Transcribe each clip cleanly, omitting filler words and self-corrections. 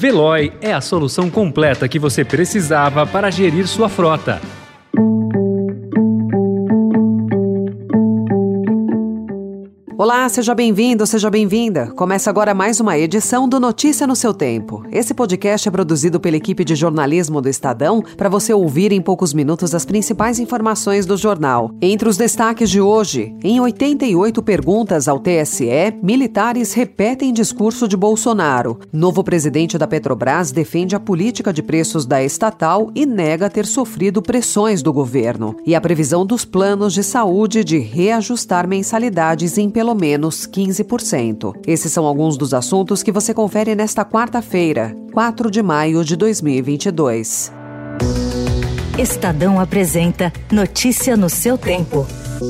Veloy é a solução completa que você precisava para gerir sua frota. Olá, seja bem-vindo, seja bem-vinda. Começa agora mais uma edição do Notícia no seu Tempo. Esse podcast é produzido pela equipe de jornalismo do Estadão para você ouvir em poucos minutos as principais informações do jornal. Entre os destaques de hoje, em 88 perguntas ao TSE, militares repetem discurso de Bolsonaro. Novo presidente da Petrobras defende a política de preços da estatal e nega ter sofrido pressões do governo. E a previsão dos planos de saúde de reajustar mensalidades em pelo menos 15%. Esses são alguns dos assuntos que você confere nesta quarta-feira, 4 de maio de 2022. Estadão apresenta Notícia no seu tempo.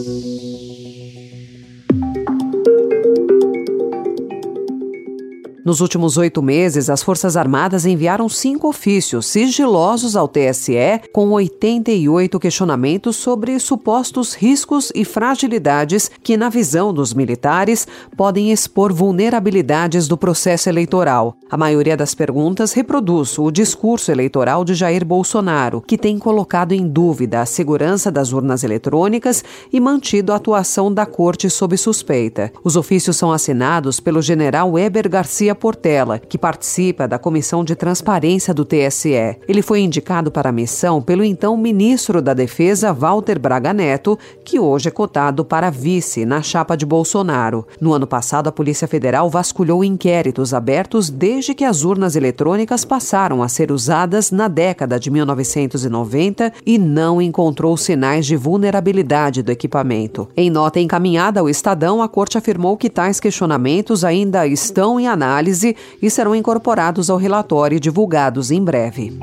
Nos últimos 8 meses, as Forças Armadas enviaram 5 ofícios sigilosos ao TSE com 88 questionamentos sobre supostos riscos e fragilidades que, na visão dos militares, podem expor vulnerabilidades do processo eleitoral. A maioria das perguntas reproduz o discurso eleitoral de Jair Bolsonaro, que tem colocado em dúvida a segurança das urnas eletrônicas e mantido a atuação da Corte sob suspeita. Os ofícios são assinados pelo general Weber Garcia Portela, que participa da Comissão de Transparência do TSE. Ele foi indicado para a missão pelo então ministro da Defesa, Walter Braga Neto, que hoje é cotado para vice na chapa de Bolsonaro. No ano passado, a Polícia Federal vasculhou inquéritos abertos desde que as urnas eletrônicas passaram a ser usadas na década de 1990 e não encontrou sinais de vulnerabilidade do equipamento. Em nota encaminhada ao Estadão, a Corte afirmou que tais questionamentos ainda estão em análise e serão incorporados ao relatório divulgados em breve.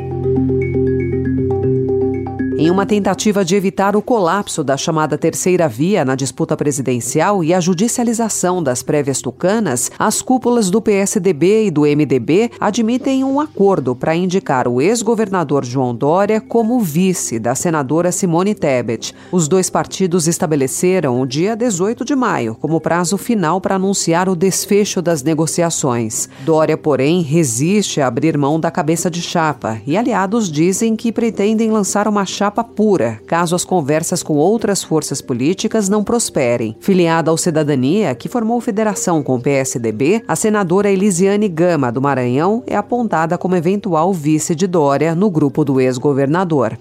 Em uma tentativa de evitar o colapso da chamada terceira via na disputa presidencial e a judicialização das prévias tucanas, as cúpulas do PSDB e do MDB admitem um acordo para indicar o ex-governador João Dória como vice da senadora Simone Tebet. Os dois partidos estabeleceram o dia 18 de maio como prazo final para anunciar o desfecho das negociações. Dória, porém, resiste a abrir mão da cabeça de chapa e aliados dizem que pretendem lançar uma chapa pura, caso as conversas com outras forças políticas não prosperem. Filiada ao Cidadania, que formou federação com o PSDB, a senadora Elisiane Gama, do Maranhão, é apontada como eventual vice de Dória no grupo do ex-governador.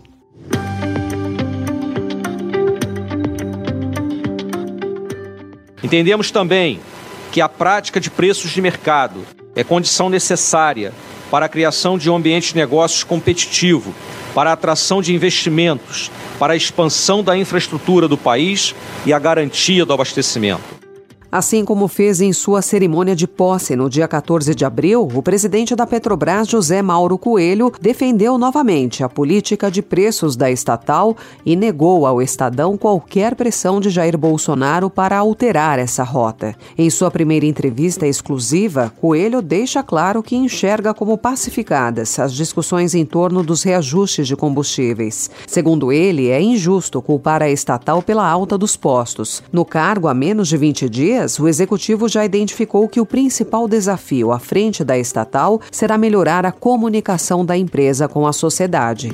Entendemos também que a prática de preços de mercado é condição necessária para a criação de um ambiente de negócios competitivo, para a atração de investimentos, para a expansão da infraestrutura do país e a garantia do abastecimento. Assim como fez em sua cerimônia de posse no dia 14 de abril, o presidente da Petrobras, José Mauro Coelho, defendeu novamente a política de preços da estatal e negou ao Estadão qualquer pressão de Jair Bolsonaro para alterar essa rota. Em sua primeira entrevista exclusiva, Coelho deixa claro que enxerga como pacificadas as discussões em torno dos reajustes de combustíveis. Segundo ele, é injusto culpar a estatal pela alta dos postos. No cargo há menos de 20 dias, o executivo já identificou que o principal desafio à frente da estatal será melhorar a comunicação da empresa com a sociedade.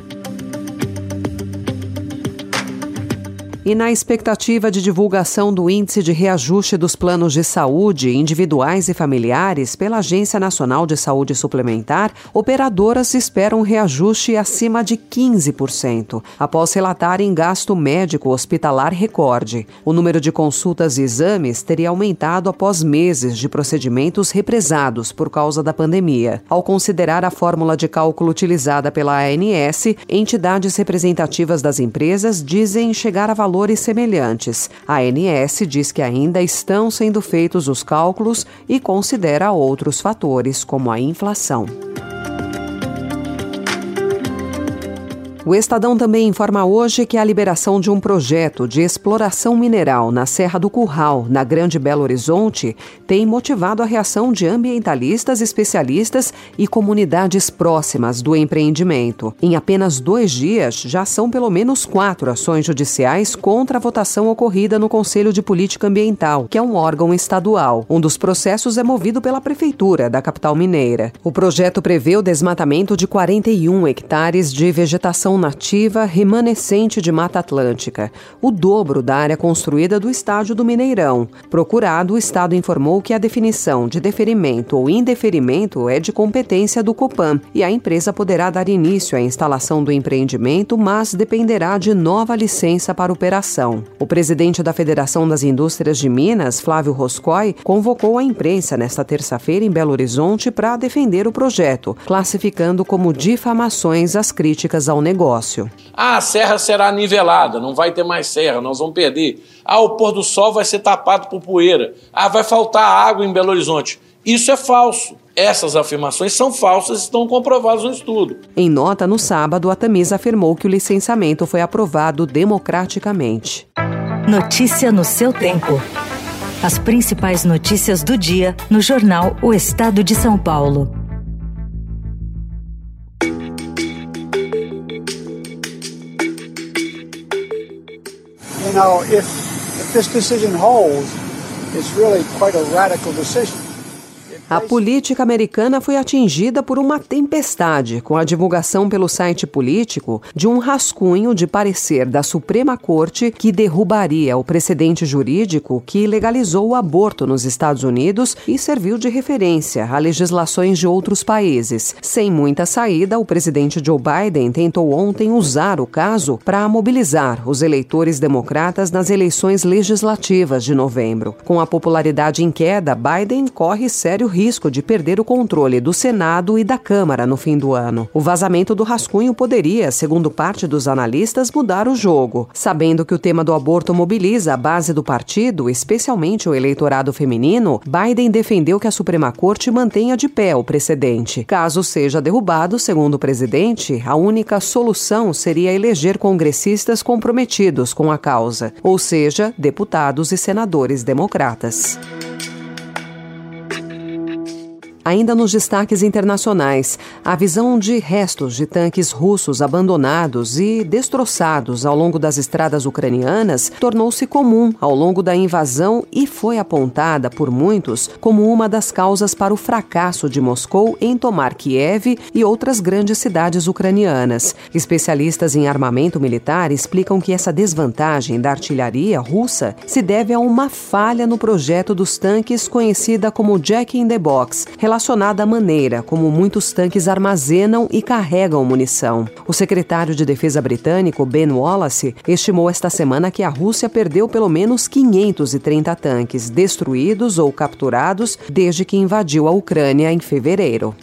E na expectativa de divulgação do índice de reajuste dos planos de saúde individuais e familiares pela Agência Nacional de Saúde Suplementar, operadoras esperam um reajuste acima de 15%, após relatarem gasto médico hospitalar recorde. O número de consultas e exames teria aumentado após meses de procedimentos represados por causa da pandemia. Ao considerar a fórmula de cálculo utilizada pela ANS, entidades representativas das empresas dizem chegar a valores semelhantes. A ANS diz que ainda estão sendo feitos os cálculos e considera outros fatores, como a inflação. O Estadão também informa hoje que a liberação de um projeto de exploração mineral na Serra do Curral, na Grande Belo Horizonte, tem motivado a reação de ambientalistas, especialistas e comunidades próximas do empreendimento. Em apenas 2 dias, já são pelo menos 4 ações judiciais contra a votação ocorrida no Conselho de Política Ambiental, que é um órgão estadual. Um dos processos é movido pela Prefeitura da capital mineira. O projeto prevê o desmatamento de 41 hectares de vegetação nativa remanescente de Mata Atlântica, o dobro da área construída do estádio do Mineirão. Procurado, o Estado informou que a definição de deferimento ou indeferimento é de competência do Copan e a empresa poderá dar início à instalação do empreendimento, mas dependerá de nova licença para operação. O presidente da Federação das Indústrias de Minas, Flávio Roscoe, convocou a imprensa nesta terça-feira em Belo Horizonte para defender o projeto, classificando como difamações as críticas ao negócio. A serra será nivelada, não vai ter mais serra, nós vamos perder. O pôr do sol vai ser tapado por poeira. Vai faltar água em Belo Horizonte. Isso é falso. Essas afirmações são falsas e estão comprovadas no estudo. Em nota, no sábado, a Tamisa afirmou que o licenciamento foi aprovado democraticamente. Notícia no seu tempo. As principais notícias do dia no jornal O Estado de São Paulo. You know, if this decision holds, it's really quite a radical decision. A política americana foi atingida por uma tempestade com a divulgação pelo site político de um rascunho de parecer da Suprema Corte que derrubaria o precedente jurídico que legalizou o aborto nos Estados Unidos e serviu de referência a legislações de outros países. Sem muita saída, o presidente Joe Biden tentou ontem usar o caso para mobilizar os eleitores democratas nas eleições legislativas de novembro. Com a popularidade em queda, Biden corre sério risco de perder o controle do Senado e da Câmara no fim do ano. O vazamento do rascunho poderia, segundo parte dos analistas, mudar o jogo. Sabendo que o tema do aborto mobiliza a base do partido, especialmente o eleitorado feminino, Biden defendeu que a Suprema Corte mantenha de pé o precedente. Caso seja derrubado, segundo o presidente, a única solução seria eleger congressistas comprometidos com a causa, ou seja, deputados e senadores democratas. Ainda nos destaques internacionais, a visão de restos de tanques russos abandonados e destroçados ao longo das estradas ucranianas tornou-se comum ao longo da invasão e foi apontada por muitos como uma das causas para o fracasso de Moscou em tomar Kiev e outras grandes cidades ucranianas. Especialistas em armamento militar explicam que essa desvantagem da artilharia russa se deve a uma falha no projeto dos tanques conhecida como Jack in the Box, relacionada à maneira como muitos tanques armazenam e carregam munição. O secretário de Defesa britânico, Ben Wallace, estimou esta semana que a Rússia perdeu pelo menos 530 tanques destruídos ou capturados desde que invadiu a Ucrânia em fevereiro.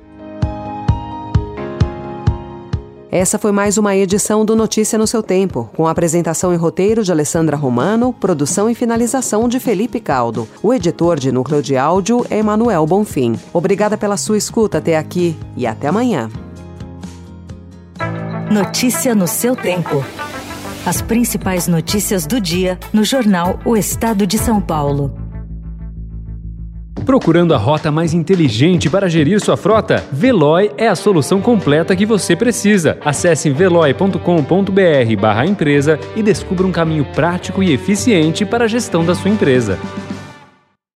Essa foi mais uma edição do Notícia no seu Tempo, com a apresentação e roteiro de Alessandra Romano, produção e finalização de Felipe Caldo. O editor de núcleo de áudio é Emanuel Bonfim. Obrigada pela sua escuta até aqui e até amanhã. Notícia no seu tempo. As principais notícias do dia no jornal O Estado de São Paulo. Procurando a rota mais inteligente para gerir sua frota? Veloy é a solução completa que você precisa. Acesse veloy.com.br/empresa e descubra um caminho prático e eficiente para a gestão da sua empresa.